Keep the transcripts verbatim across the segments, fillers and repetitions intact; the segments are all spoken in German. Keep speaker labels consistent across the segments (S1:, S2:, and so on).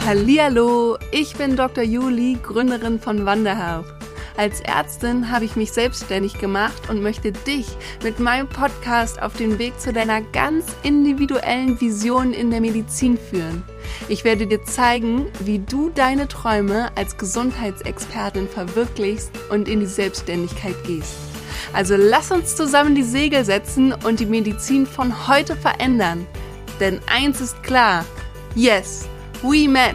S1: Hallihallo, ich bin Doktor Juli, Gründerin von Wanderhelp. Als Ärztin habe ich mich selbstständig gemacht und möchte dich mit meinem Podcast auf den Weg zu deiner ganz individuellen Vision in der Medizin führen. Ich werde dir zeigen, wie du deine Träume als Gesundheitsexpertin verwirklichst und in die Selbstständigkeit gehst. Also lass uns zusammen die Segel setzen und die Medizin von heute verändern. Denn eins ist klar, yes, we met!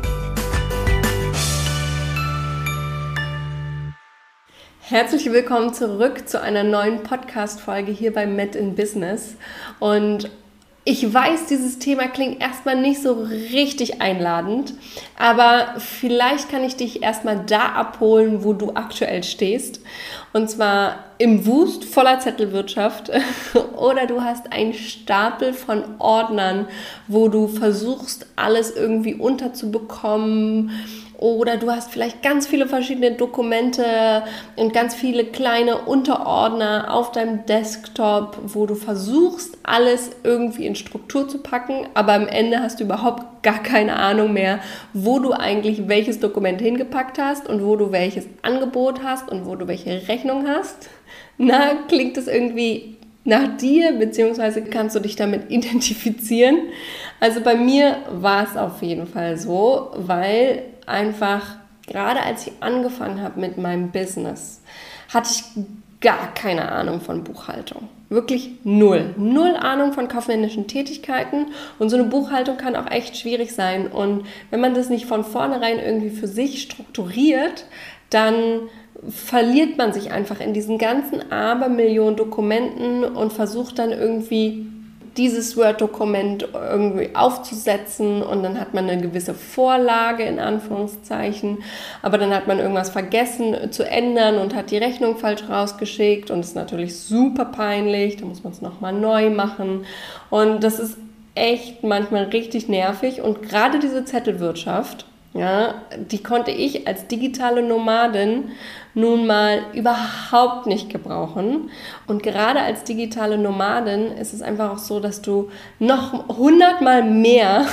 S1: Herzlich willkommen zurück zu einer neuen Podcast-Folge hier bei Met in Business. Und ich weiß, dieses Thema klingt erstmal nicht so richtig einladend, aber vielleicht kann ich dich erstmal da abholen, wo du aktuell stehst. Und zwar im Wust voller Zettelwirtschaft oder du hast einen Stapel von Ordnern, wo du versuchst, alles irgendwie unterzubekommen. Oder du hast vielleicht ganz viele verschiedene Dokumente und ganz viele kleine Unterordner auf deinem Desktop, wo du versuchst, alles irgendwie in Struktur zu packen, aber am Ende hast du überhaupt gar keine Ahnung mehr, wo du eigentlich welches Dokument hingepackt hast und wo du welches Angebot hast und wo du welche Rechnung hast. Na, klingt das irgendwie nach dir, beziehungsweise kannst du dich damit identifizieren? Also bei mir war es auf jeden Fall so, weil einfach, gerade als ich angefangen habe mit meinem Business, hatte ich gar keine Ahnung von Buchhaltung. Wirklich null. Null Ahnung von kaufmännischen Tätigkeiten. Und so eine Buchhaltung kann auch echt schwierig sein. Und wenn man das nicht von vornherein irgendwie für sich strukturiert, dann verliert man sich einfach in diesen ganzen Abermillionen Dokumenten und versucht dann irgendwie dieses Word-Dokument irgendwie aufzusetzen und dann hat man eine gewisse Vorlage in Anführungszeichen, aber dann hat man irgendwas vergessen zu ändern und hat die Rechnung falsch rausgeschickt und ist natürlich super peinlich, da muss man es nochmal neu machen und das ist echt manchmal richtig nervig und gerade diese Zettelwirtschaft, ja, die konnte ich als digitale Nomadin nun mal überhaupt nicht gebrauchen. Und gerade als digitale Nomadin ist es einfach auch so, dass du noch hundertmal mehr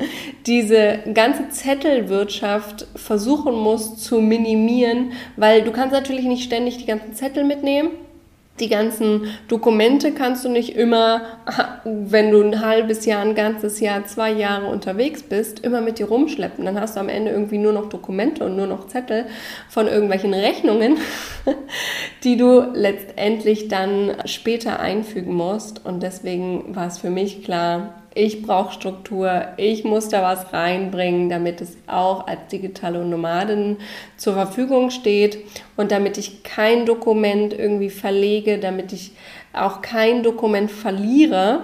S1: diese ganze Zettelwirtschaft versuchen musst zu minimieren, weil du kannst natürlich nicht ständig die ganzen Zettel mitnehmen. Die ganzen Dokumente kannst du nicht immer, wenn du ein halbes Jahr, ein ganzes Jahr, zwei Jahre unterwegs bist, immer mit dir rumschleppen. Dann hast du am Ende irgendwie nur noch Dokumente und nur noch Zettel von irgendwelchen Rechnungen, die du letztendlich dann später einfügen musst. Und deswegen war es für mich klar, ich brauche Struktur, ich muss da was reinbringen, damit es auch als digitale Nomadin zur Verfügung steht und damit ich kein Dokument irgendwie verlege, damit ich auch kein Dokument verliere.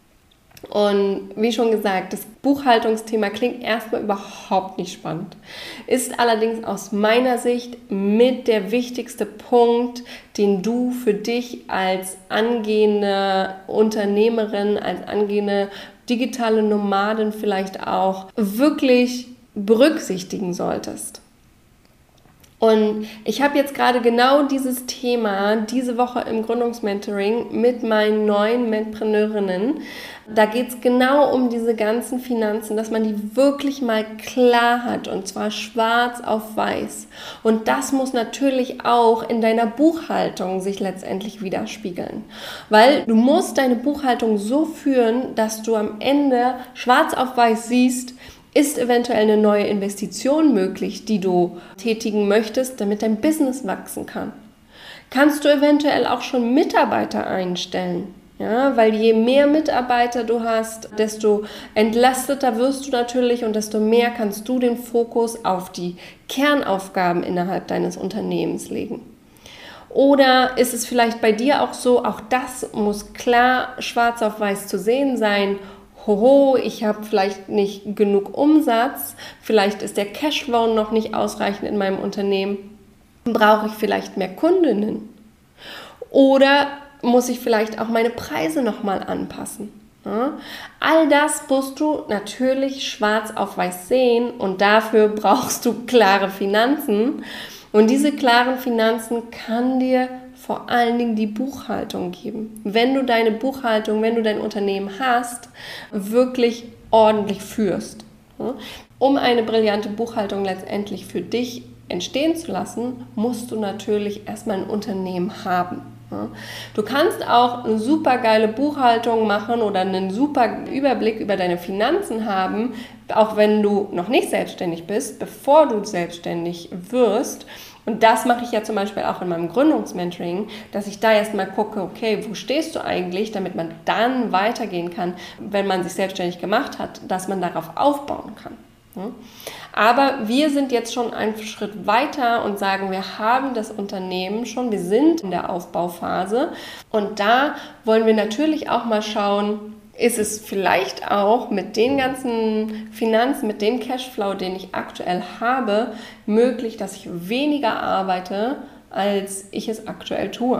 S1: Und wie schon gesagt, das Buchhaltungsthema klingt erstmal überhaupt nicht spannend, ist allerdings aus meiner Sicht mit der wichtigste Punkt, den du für dich als angehende Unternehmerin, als angehende digitale Nomadin vielleicht auch wirklich berücksichtigen solltest. Und ich habe jetzt gerade genau dieses Thema diese Woche im Gründungsmentoring mit meinen neuen Menpreneurinnen. Da geht es genau um diese ganzen Finanzen, dass man die wirklich mal klar hat und zwar schwarz auf weiß. Und das muss natürlich auch in deiner Buchhaltung sich letztendlich widerspiegeln. Weil du musst deine Buchhaltung so führen, dass du am Ende schwarz auf weiß siehst, ist eventuell eine neue Investition möglich, die du tätigen möchtest, damit dein Business wachsen kann? Kannst du eventuell auch schon Mitarbeiter einstellen? Ja, weil je mehr Mitarbeiter du hast, desto entlasteter wirst du natürlich und desto mehr kannst du den Fokus auf die Kernaufgaben innerhalb deines Unternehmens legen. Oder ist es vielleicht bei dir auch so, auch das muss klar schwarz auf weiß zu sehen sein, hoho, ich habe vielleicht nicht genug Umsatz, vielleicht ist der Cashflow noch nicht ausreichend in meinem Unternehmen, brauche ich vielleicht mehr Kundinnen? Oder muss ich vielleicht auch meine Preise nochmal anpassen? Ja? All das musst du natürlich schwarz auf weiß sehen und dafür brauchst du klare Finanzen. Und diese klaren Finanzen kann dir vor allen Dingen die Buchhaltung geben. Wenn du deine Buchhaltung, wenn du dein Unternehmen hast, wirklich ordentlich führst. Um eine brillante Buchhaltung letztendlich für dich entstehen zu lassen, musst du natürlich erstmal ein Unternehmen haben. Du kannst auch eine super geile Buchhaltung machen oder einen super Überblick über deine Finanzen haben, auch wenn du noch nicht selbstständig bist, bevor du selbstständig wirst. Und das mache ich ja zum Beispiel auch in meinem Gründungsmentoring, dass ich da erstmal gucke, okay, wo stehst du eigentlich, damit man dann weitergehen kann, wenn man sich selbstständig gemacht hat, dass man darauf aufbauen kann. Aber wir sind jetzt schon einen Schritt weiter und sagen, wir haben das Unternehmen schon, wir sind in der Aufbauphase und da wollen wir natürlich auch mal schauen, ist es vielleicht auch mit den ganzen Finanzen, mit dem Cashflow, den ich aktuell habe, möglich, dass ich weniger arbeite, als ich es aktuell tue.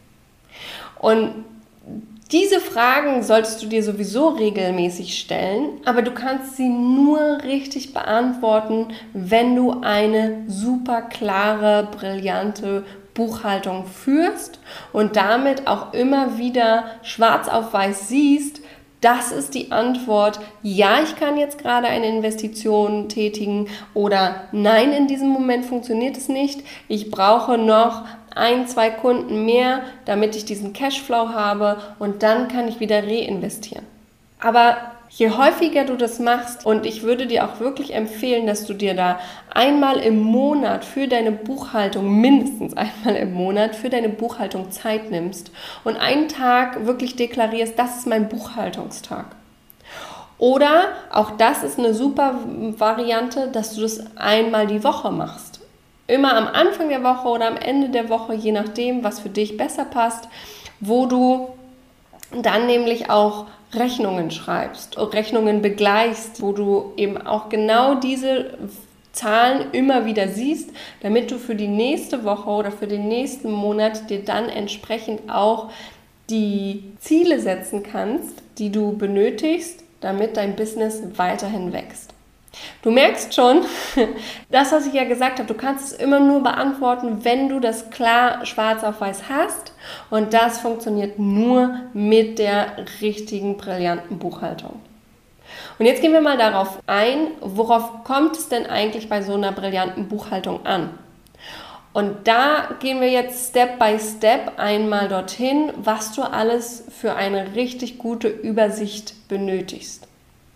S1: Und diese Fragen solltest du dir sowieso regelmäßig stellen, aber du kannst sie nur richtig beantworten, wenn du eine super klare, brillante Buchhaltung führst und damit auch immer wieder schwarz auf weiß siehst, das ist die Antwort, ja, ich kann jetzt gerade eine Investition tätigen oder nein, in diesem Moment funktioniert es nicht, ich brauche noch ein, zwei Kunden mehr, damit ich diesen Cashflow habe und dann kann ich wieder reinvestieren. Aber je häufiger du das machst und ich würde dir auch wirklich empfehlen, dass du dir da einmal im Monat für deine Buchhaltung, mindestens einmal im Monat für deine Buchhaltung Zeit nimmst und einen Tag wirklich deklarierst, das ist mein Buchhaltungstag. Oder auch das ist eine super Variante, dass du das einmal die Woche machst. Immer am Anfang der Woche oder am Ende der Woche, je nachdem, was für dich besser passt, wo du dann nämlich auch Rechnungen schreibst, Rechnungen begleichst, wo du eben auch genau diese Zahlen immer wieder siehst, damit du für die nächste Woche oder für den nächsten Monat dir dann entsprechend auch die Ziele setzen kannst, die du benötigst, damit dein Business weiterhin wächst. Du merkst schon, das, was ich ja gesagt habe, du kannst es immer nur beantworten, wenn du das klar schwarz auf weiß hast und das funktioniert nur mit der richtigen, brillanten Buchhaltung. Und jetzt gehen wir mal darauf ein, worauf kommt es denn eigentlich bei so einer brillanten Buchhaltung an? Und da gehen wir jetzt Step by Step einmal dorthin, was du alles für eine richtig gute Übersicht benötigst.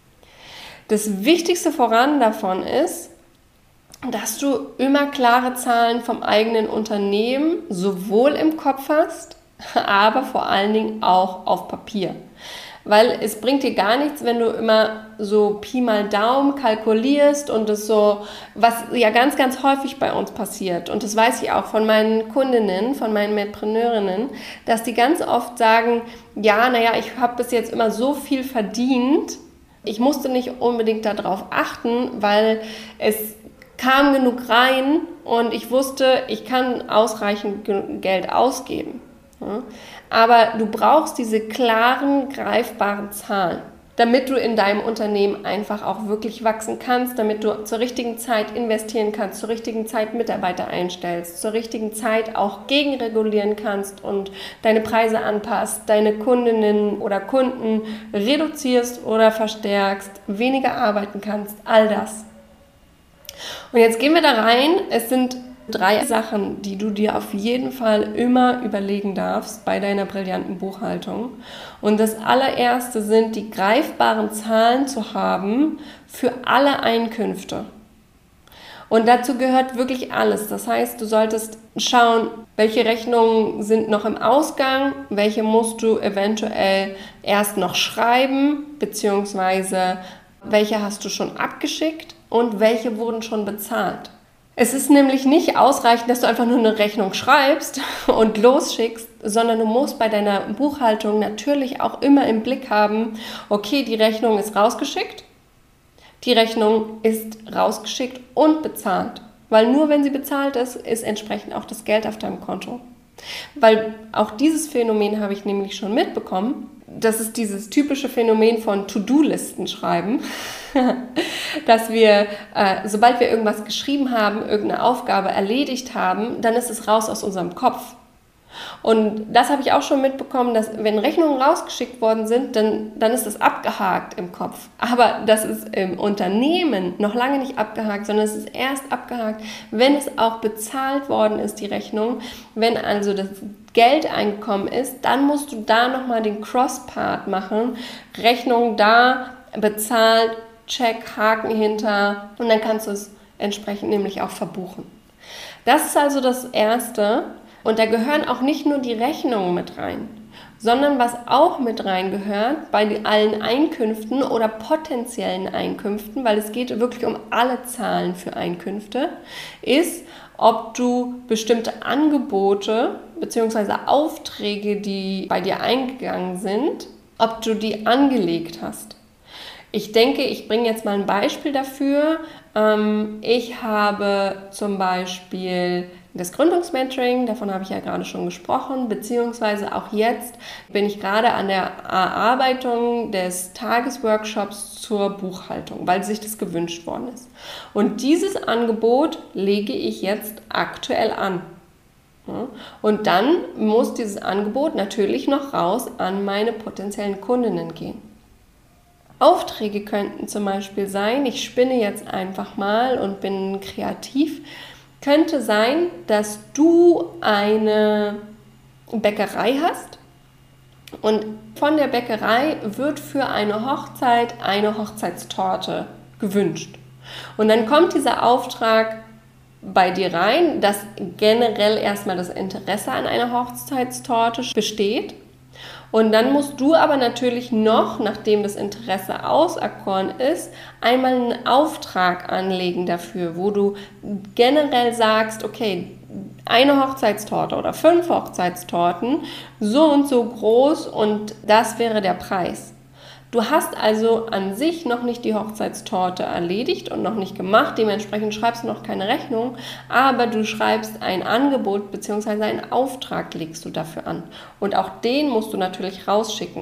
S1: Das Wichtigste voran davon ist, dass du immer klare Zahlen vom eigenen Unternehmen sowohl im Kopf hast, aber vor allen Dingen auch auf Papier. Weil es bringt dir gar nichts, wenn du immer so Pi mal Daumen kalkulierst und das so, was ja ganz, ganz häufig bei uns passiert. Und das weiß ich auch von meinen Kundinnen, von meinen Medpreneurinnen, dass die ganz oft sagen, ja, naja, ich habe bis jetzt immer so viel verdient, ich musste nicht unbedingt darauf achten, weil es kam genug rein und ich wusste, ich kann ausreichend Geld ausgeben. Aber du brauchst diese klaren, greifbaren Zahlen, damit du in deinem Unternehmen einfach auch wirklich wachsen kannst, damit du zur richtigen Zeit investieren kannst, zur richtigen Zeit Mitarbeiter einstellst, zur richtigen Zeit auch gegenregulieren kannst und deine Preise anpasst, deine Kundinnen oder Kunden reduzierst oder verstärkst, weniger arbeiten kannst, all das. Und jetzt gehen wir da rein. Es sind drei Sachen, die du dir auf jeden Fall immer überlegen darfst bei deiner brillanten Buchhaltung. Und das allererste sind, die greifbaren Zahlen zu haben für alle Einkünfte. Und dazu gehört wirklich alles. Das heißt, du solltest schauen, welche Rechnungen sind noch im Ausgang, welche musst du eventuell erst noch schreiben, beziehungsweise welche hast du schon abgeschickt und welche wurden schon bezahlt. Es ist nämlich nicht ausreichend, dass du einfach nur eine Rechnung schreibst und losschickst, sondern du musst bei deiner Buchhaltung natürlich auch immer im Blick haben, okay, die Rechnung ist rausgeschickt, die Rechnung ist rausgeschickt und bezahlt. Weil nur wenn sie bezahlt ist, ist entsprechend auch das Geld auf deinem Konto. Weil auch dieses Phänomen habe ich nämlich schon mitbekommen. Das ist dieses typische Phänomen von To-Do-Listen schreiben, dass wir, äh, sobald wir irgendwas geschrieben haben, irgendeine Aufgabe erledigt haben, dann ist es raus aus unserem Kopf. Und das habe ich auch schon mitbekommen, dass wenn Rechnungen rausgeschickt worden sind, dann, dann ist das abgehakt im Kopf. Aber das ist im Unternehmen noch lange nicht abgehakt, sondern es ist erst abgehakt, wenn es auch bezahlt worden ist, die Rechnung. Wenn also das Geld eingekommen ist, dann musst du da nochmal den Cross-Part machen. Rechnung da, bezahlt, Check, Haken hinter und dann kannst du es entsprechend nämlich auch verbuchen. Das ist also das Erste. Und da gehören auch nicht nur die Rechnungen mit rein, sondern was auch mit rein gehört bei allen Einkünften oder potenziellen Einkünften, weil es geht wirklich um alle Zahlen für Einkünfte, ist, ob du bestimmte Angebote bzw. Aufträge, die bei dir eingegangen sind, ob du die angelegt hast. Ich denke, ich bringe jetzt mal ein Beispiel dafür. Ich habe zum Beispiel das Gründungsmentoring, davon habe ich ja gerade schon gesprochen, beziehungsweise auch jetzt bin ich gerade an der Erarbeitung des Tagesworkshops zur Buchhaltung, weil sich das gewünscht worden ist. Und dieses Angebot lege ich jetzt aktuell an. Und dann muss dieses Angebot natürlich noch raus an meine potenziellen Kundinnen gehen. Aufträge könnten zum Beispiel sein, ich spinne jetzt einfach mal und bin kreativ, könnte sein, dass du eine Bäckerei hast und von der Bäckerei wird für eine Hochzeit eine Hochzeitstorte gewünscht. Und dann kommt dieser Auftrag bei dir rein, dass generell erstmal das Interesse an einer Hochzeitstorte besteht. Und dann musst du aber natürlich noch, nachdem das Interesse auserkoren ist, einmal einen Auftrag anlegen dafür, wo du generell sagst, okay, eine Hochzeitstorte oder fünf Hochzeitstorten, so und so groß und das wäre der Preis. Du hast also an sich noch nicht die Hochzeitstorte erledigt und noch nicht gemacht, dementsprechend schreibst du noch keine Rechnung, aber du schreibst ein Angebot bzw. einen Auftrag legst du dafür an. Und auch den musst du natürlich rausschicken.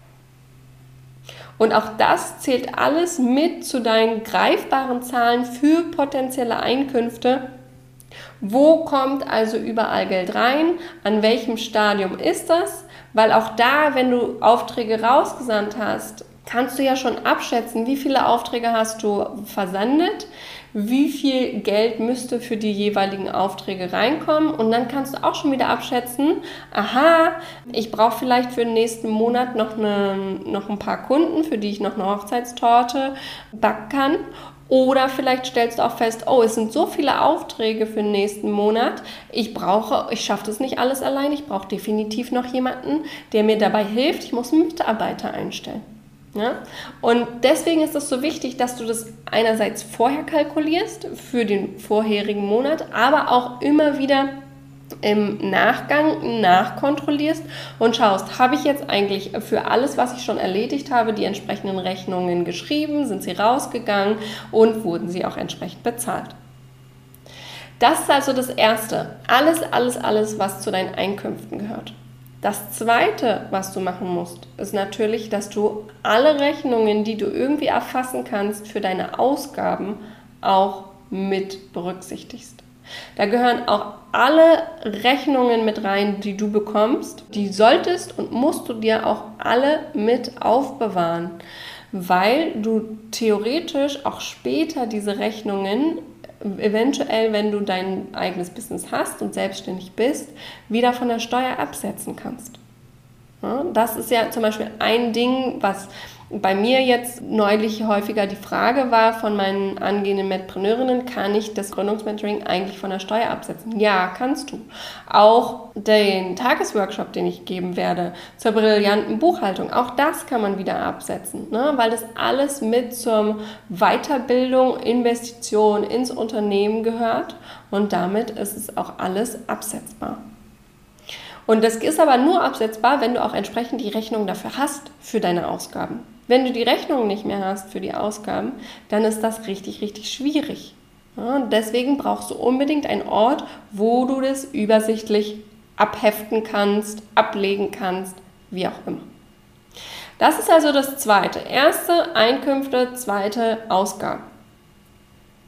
S1: Und auch das zählt alles mit zu deinen greifbaren Zahlen für potenzielle Einkünfte. Wo kommt also überall Geld rein? An welchem Stadium ist das? Weil auch da, wenn du Aufträge rausgesandt hast, kannst du ja schon abschätzen, wie viele Aufträge hast du versendet, wie viel Geld müsste für die jeweiligen Aufträge reinkommen und dann kannst du auch schon wieder abschätzen, aha, ich brauche vielleicht für den nächsten Monat noch, eine, noch ein paar Kunden, für die ich noch eine Hochzeitstorte backen kann. Oder vielleicht stellst du auch fest, oh, es sind so viele Aufträge für den nächsten Monat, ich brauche, ich schaffe das nicht alles allein, ich brauche definitiv noch jemanden, der mir dabei hilft, ich muss einen Mitarbeiter einstellen. Ja? Und deswegen ist es so wichtig, dass du das einerseits vorher kalkulierst für den vorherigen Monat, aber auch immer wieder im Nachgang nachkontrollierst und schaust, habe ich jetzt eigentlich für alles, was ich schon erledigt habe, die entsprechenden Rechnungen geschrieben, sind sie rausgegangen und wurden sie auch entsprechend bezahlt. Das ist also das Erste. Alles, alles, alles, was zu deinen Einkünften gehört. Das Zweite, was du machen musst, ist natürlich, dass du alle Rechnungen, die du irgendwie erfassen kannst für deine Ausgaben, auch mit berücksichtigst. Da gehören auch alle Rechnungen mit rein, die du bekommst. Die solltest und musst du dir auch alle mit aufbewahren, weil du theoretisch auch später diese Rechnungen, eventuell, wenn du dein eigenes Business hast und selbstständig bist, wieder von der Steuer absetzen kannst. Ja, das ist ja zum Beispiel ein Ding, was bei mir jetzt neulich häufiger die Frage war von meinen angehenden Medpreneurinnen, kann ich das Gründungsmentoring eigentlich von der Steuer absetzen? Ja, kannst du. Auch den Tagesworkshop, den ich geben werde, zur brillanten Buchhaltung, auch das kann man wieder absetzen, ne? Weil das alles mit zur Weiterbildung, Investition ins Unternehmen gehört und damit ist es auch alles absetzbar. Und das ist aber nur absetzbar, wenn du auch entsprechend die Rechnung dafür hast, für deine Ausgaben. Wenn du die Rechnung nicht mehr hast für die Ausgaben, dann ist das richtig, richtig schwierig. Ja, und deswegen brauchst du unbedingt einen Ort, wo du das übersichtlich abheften kannst, ablegen kannst, wie auch immer. Das ist also das Zweite. Erste Einkünfte, zweite Ausgaben.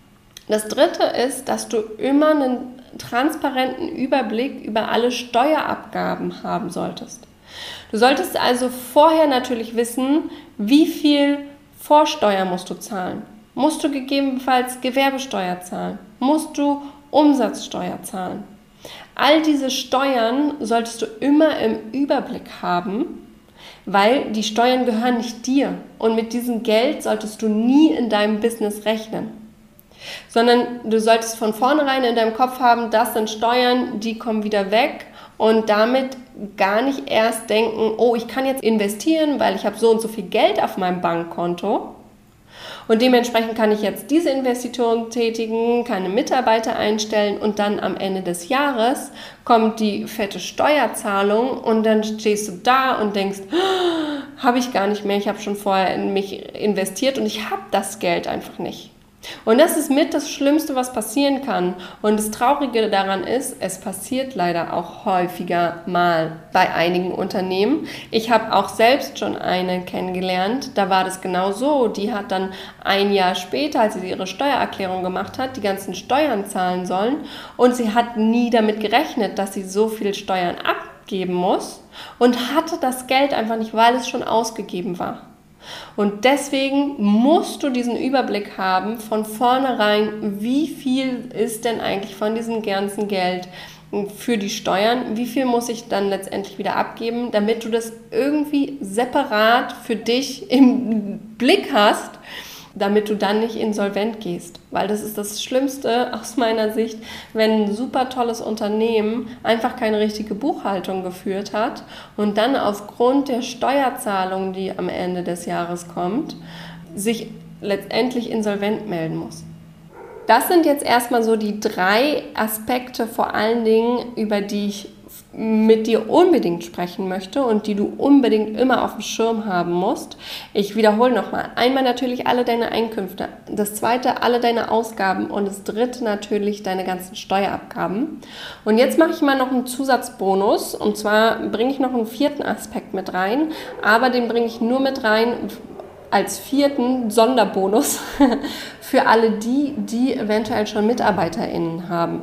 S1: Das dritte ist, dass du immer einen transparenten Überblick über alle Steuerabgaben haben solltest. Du solltest also vorher natürlich wissen, wie viel Vorsteuer musst du zahlen. Musst du gegebenenfalls Gewerbesteuer zahlen? Musst du Umsatzsteuer zahlen? All diese Steuern solltest du immer im Überblick haben, weil die Steuern gehören nicht dir. Und mit diesem Geld solltest du nie in deinem Business rechnen. Sondern du solltest von vornherein in deinem Kopf haben, das sind Steuern, die kommen wieder weg. Und damit gar nicht erst denken, oh, ich kann jetzt investieren, weil ich habe so und so viel Geld auf meinem Bankkonto. Und dementsprechend kann ich jetzt diese Investition tätigen, keine Mitarbeiter einstellen und dann am Ende des Jahres kommt die fette Steuerzahlung und dann stehst du da und denkst, oh, habe ich gar nicht mehr, ich habe schon vorher in mich investiert und ich habe das Geld einfach nicht. Und das ist mit das Schlimmste, was passieren kann. Und das Traurige daran ist, es passiert leider auch häufiger mal bei einigen Unternehmen. Ich habe auch selbst schon eine kennengelernt, da war das genau so. Die hat dann ein Jahr später, als sie ihre Steuererklärung gemacht hat, die ganzen Steuern zahlen sollen. Und sie hat nie damit gerechnet, dass sie so viel Steuern abgeben muss und hatte das Geld einfach nicht, weil es schon ausgegeben war. Und deswegen musst du diesen Überblick haben von vornherein, wie viel ist denn eigentlich von diesem ganzen Geld für die Steuern, wie viel muss ich dann letztendlich wieder abgeben, damit du das irgendwie separat für dich im Blick hast, damit du dann nicht insolvent gehst. Weil das ist das Schlimmste aus meiner Sicht, wenn ein super tolles Unternehmen einfach keine richtige Buchhaltung geführt hat und dann aufgrund der Steuerzahlung, die am Ende des Jahres kommt, sich letztendlich insolvent melden muss. Das sind jetzt erstmal so die drei Aspekte vor allen Dingen, über die ich mit dir unbedingt sprechen möchte und die du unbedingt immer auf dem Schirm haben musst. Ich wiederhole nochmal. Einmal natürlich alle deine Einkünfte, das zweite alle deine Ausgaben und das dritte natürlich deine ganzen Steuerabgaben. Und jetzt mache ich mal noch einen Zusatzbonus und zwar bringe ich noch einen vierten Aspekt mit rein, aber den bringe ich nur mit rein als vierten Sonderbonus für alle die, die eventuell schon MitarbeiterInnen haben.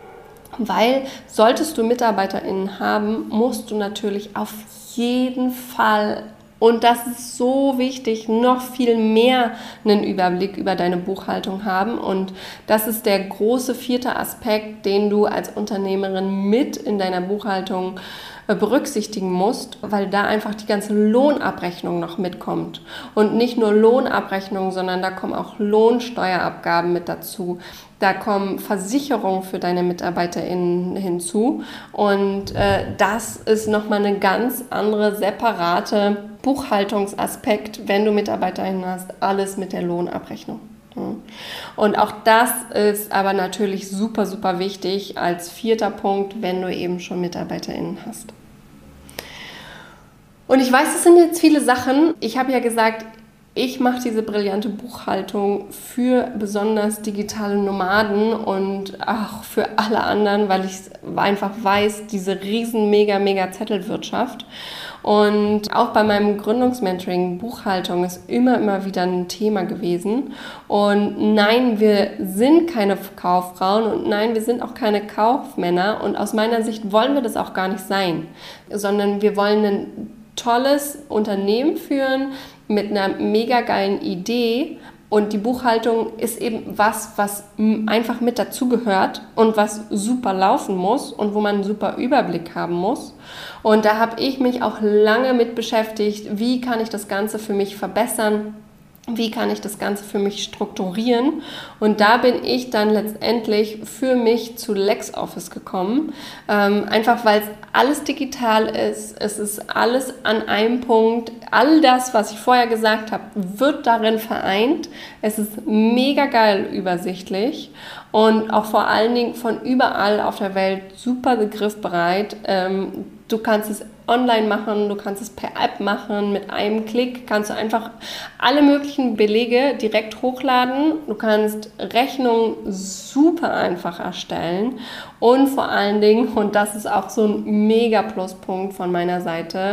S1: Weil solltest du MitarbeiterInnen haben, musst du natürlich auf jeden Fall, und das ist so wichtig, noch viel mehr einen Überblick über deine Buchhaltung haben. Und das ist der große vierte Aspekt, den du als Unternehmerin mit in deiner Buchhaltung berücksichtigen musst, weil da einfach die ganze Lohnabrechnung noch mitkommt. Und nicht nur Lohnabrechnung, sondern da kommen auch Lohnsteuerabgaben mit dazu. Da kommen Versicherungen für deine MitarbeiterInnen hinzu. Und äh, das ist nochmal eine ganz andere, separate Buchhaltungsaspekt, wenn du MitarbeiterInnen hast, alles mit der Lohnabrechnung. Und auch das ist aber natürlich super, super wichtig als vierter Punkt, wenn du eben schon MitarbeiterInnen hast. Und ich weiß, es sind jetzt viele Sachen. Ich habe ja gesagt, ich mache diese brillante Buchhaltung für besonders digitale Nomaden und auch für alle anderen, weil ich einfach weiß, diese riesen, mega, mega Zettelwirtschaft. Und auch bei meinem Gründungsmentoring, Buchhaltung ist immer, immer wieder ein Thema gewesen. Und nein, wir sind keine Kauffrauen und nein, wir sind auch keine Kaufmänner. Und aus meiner Sicht wollen wir das auch gar nicht sein, sondern wir wollen ein tolles Unternehmen führen mit einer mega geilen Idee. Und die Buchhaltung ist eben was, was einfach mit dazugehört und was super laufen muss und wo man einen super Überblick haben muss. Und da habe ich mich auch lange mit beschäftigt, wie kann ich das Ganze für mich verbessern, wie kann ich das Ganze für mich strukturieren. Und da bin ich dann letztendlich für mich zu LexOffice gekommen, ähm, einfach weil es alles digital ist, es ist alles an einem Punkt, all das, was ich vorher gesagt habe, wird darin vereint. Es ist mega geil übersichtlich und auch vor allen Dingen von überall auf der Welt super griffbereit. Ähm, du kannst es online machen, du kannst es per App machen, mit einem Klick kannst du einfach alle möglichen Belege direkt hochladen, du kannst Rechnungen super einfach erstellen und vor allen Dingen, und das ist auch so ein mega Pluspunkt von meiner Seite,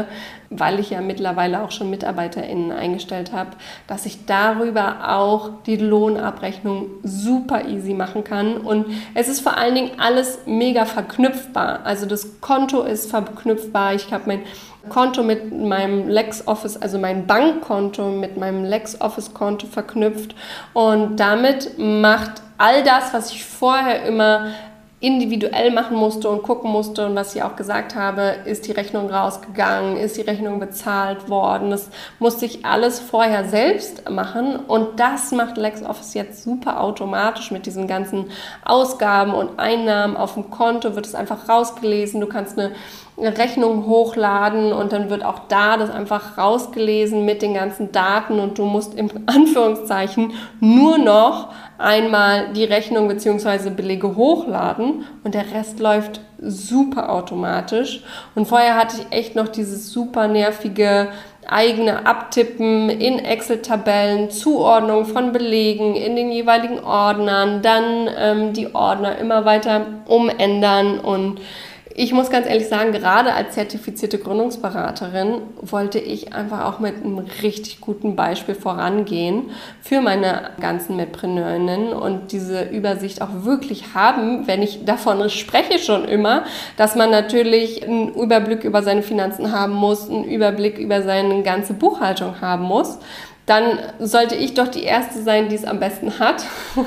S1: weil ich ja mittlerweile auch schon MitarbeiterInnen eingestellt habe, dass ich darüber auch die Lohnabrechnung super easy machen kann. Und es ist vor allen Dingen alles mega verknüpfbar. Also das Konto ist verknüpfbar. Ich habe mein Konto mit meinem LexOffice, also mein Bankkonto mit meinem LexOffice-Konto verknüpft. Und damit macht all das, was ich vorher immer individuell machen musste und gucken musste und was ich auch gesagt habe, ist die Rechnung rausgegangen, ist die Rechnung bezahlt worden. Das musste ich alles vorher selbst machen und das macht LexOffice jetzt super automatisch mit diesen ganzen Ausgaben und Einnahmen auf dem Konto, wird es einfach rausgelesen. Du kannst eine Rechnung hochladen und dann wird auch da das einfach rausgelesen mit den ganzen Daten und du musst im Anführungszeichen nur noch einmal die Rechnung bzw. Belege hochladen und der Rest läuft super automatisch. Und vorher hatte ich echt noch dieses super nervige eigene Abtippen in Excel-Tabellen, Zuordnung von Belegen in den jeweiligen Ordnern, dann ähm, die Ordner immer weiter umändern. Und ich muss ganz ehrlich sagen, gerade als zertifizierte Gründungsberaterin wollte ich einfach auch mit einem richtig guten Beispiel vorangehen für meine ganzen Mitpreneurinnen und diese Übersicht auch wirklich haben, wenn ich davon spreche schon immer, dass man natürlich einen Überblick über seine Finanzen haben muss, einen Überblick über seine ganze Buchhaltung haben muss. Dann sollte ich doch die Erste sein, die es am besten hat.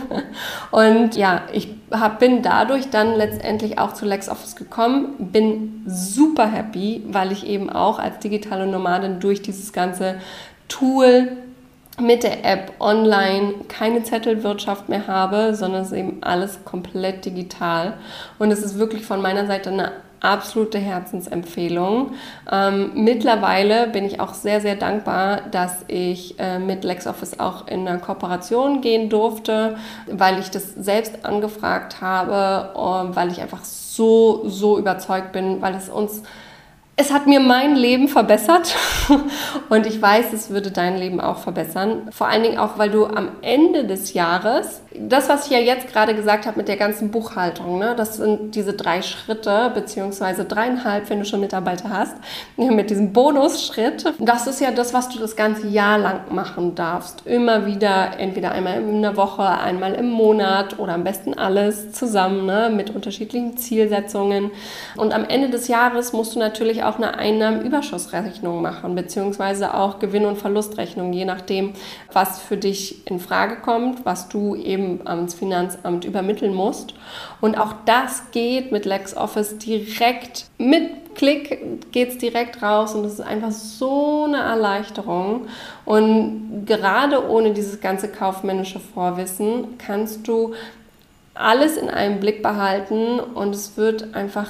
S1: Und ja, ich hab, bin dadurch dann letztendlich auch zu LexOffice gekommen, bin super happy, weil ich eben auch als digitale Nomadin durch dieses ganze Tool mit der App online keine Zettelwirtschaft mehr habe, sondern es ist eben alles komplett digital. Und es ist wirklich von meiner Seite eine absolute Herzensempfehlung. Ähm, mittlerweile bin ich auch sehr, sehr dankbar, dass ich äh, mit LexOffice auch in eine Kooperation gehen durfte, weil ich das selbst angefragt habe, äh, weil ich einfach so, so überzeugt bin, weil es uns Es hat mir mein Leben verbessert und ich weiß, es würde dein Leben auch verbessern. Vor allen Dingen auch, weil du am Ende des Jahres, das, was ich ja jetzt gerade gesagt habe mit der ganzen Buchhaltung, ne, das sind diese drei Schritte, beziehungsweise dreieinhalb, wenn du schon Mitarbeiter hast, mit diesem Bonusschritt. Das ist ja das, was du das ganze Jahr lang machen darfst. Immer wieder, entweder einmal in der Woche, einmal im Monat oder am besten alles zusammen, ne, mit unterschiedlichen Zielsetzungen. Und am Ende des Jahres musst du natürlich auch eine Einnahmenüberschussrechnung machen, beziehungsweise auch Gewinn- und Verlustrechnung, je nachdem, was für dich in Frage kommt, was du eben ans Finanzamt übermitteln musst. Und auch das geht mit LexOffice direkt, mit Klick geht es direkt raus und das ist einfach so eine Erleichterung. Und gerade ohne dieses ganze kaufmännische Vorwissen kannst du alles in einem Blick behalten und es wird einfach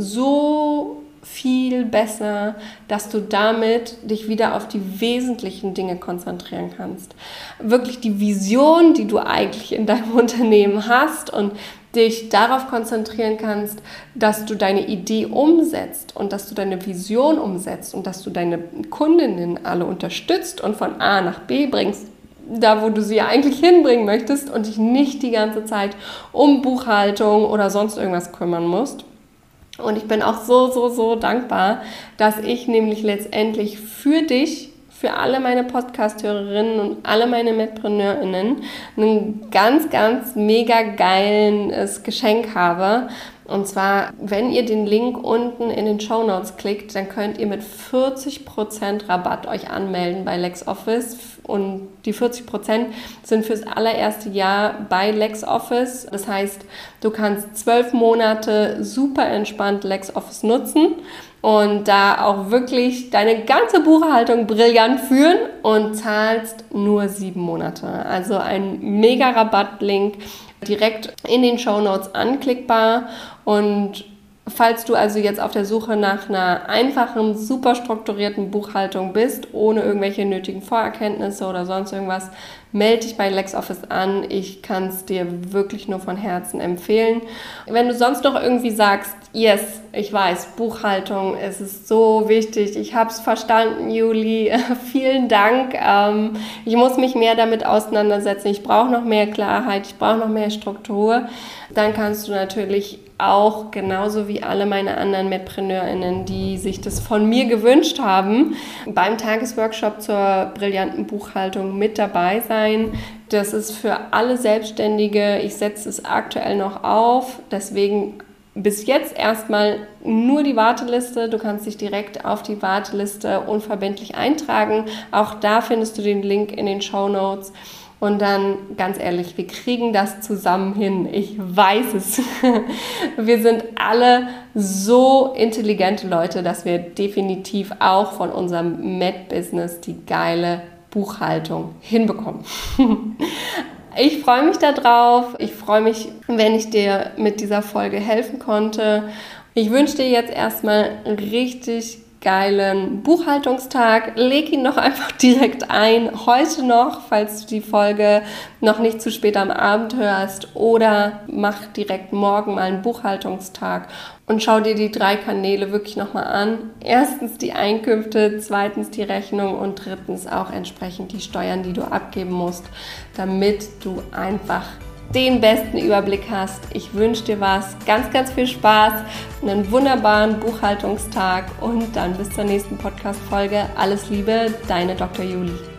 S1: so viel besser, dass du damit dich wieder auf die wesentlichen Dinge konzentrieren kannst. Wirklich die Vision, die du eigentlich in deinem Unternehmen hast und dich darauf konzentrieren kannst, dass du deine Idee umsetzt und dass du deine Vision umsetzt und dass du deine Kundinnen alle unterstützt und von A nach B bringst, da wo du sie eigentlich hinbringen möchtest und dich nicht die ganze Zeit um Buchhaltung oder sonst irgendwas kümmern musst. Und ich bin auch so, so, so dankbar, dass ich nämlich letztendlich für dich, für alle meine Podcast-Hörerinnen und alle meine MitpreneurInnen ein ganz, ganz mega geiles Geschenk habe. Und zwar, wenn ihr den Link unten in den Shownotes klickt, dann könnt ihr mit vierzig Prozent Rabatt euch anmelden bei LexOffice. Und die vierzig Prozent sind fürs allererste Jahr bei LexOffice. Das heißt, du kannst zwölf Monate super entspannt LexOffice nutzen und da auch wirklich deine ganze Buchhaltung brillant führen und zahlst nur sieben Monate. Also ein mega Rabattlink direkt in den Shownotes anklickbar. Und falls du also jetzt auf der Suche nach einer einfachen, super strukturierten Buchhaltung bist, ohne irgendwelche nötigen Vorerkenntnisse oder sonst irgendwas, melde dich bei LexOffice an. Ich kann es dir wirklich nur von Herzen empfehlen. Wenn du sonst noch irgendwie sagst, yes, ich weiß, Buchhaltung, es ist so wichtig, ich habe es verstanden, Juli, vielen Dank. Ähm, ich muss mich mehr damit auseinandersetzen, ich brauche noch mehr Klarheit, ich brauche noch mehr Struktur. Dann kannst du natürlich auch genauso wie alle meine anderen MedpreneurInnen, die sich das von mir gewünscht haben, beim Tagesworkshop zur brillanten Buchhaltung mit dabei sein. Das ist für alle Selbstständige. Ich setze es aktuell noch auf, deswegen bis jetzt erstmal nur die Warteliste. Du kannst dich direkt auf die Warteliste unverbindlich eintragen. Auch da findest du den Link in den Shownotes. Und dann, ganz ehrlich, wir kriegen das zusammen hin. Ich weiß es. Wir sind alle so intelligente Leute, dass wir definitiv auch von unserem Med-Business die geile Buchhaltung hinbekommen. Ich freue mich darauf. Ich freue mich, wenn ich dir mit dieser Folge helfen konnte. Ich wünsche dir jetzt erstmal richtig geilen Buchhaltungstag. Leg ihn noch einfach direkt ein, heute noch, falls du die Folge noch nicht zu spät am Abend hörst, oder mach direkt morgen mal einen Buchhaltungstag und schau dir die drei Kanäle wirklich nochmal an. Erstens die Einkünfte, zweitens die Rechnung und drittens auch entsprechend die Steuern, die du abgeben musst, damit du einfach den besten Überblick hast. Ich wünsche dir was, ganz, ganz viel Spaß, einen wunderbaren Buchhaltungstag und dann bis zur nächsten Podcast-Folge. Alles Liebe, deine Doktor Juli.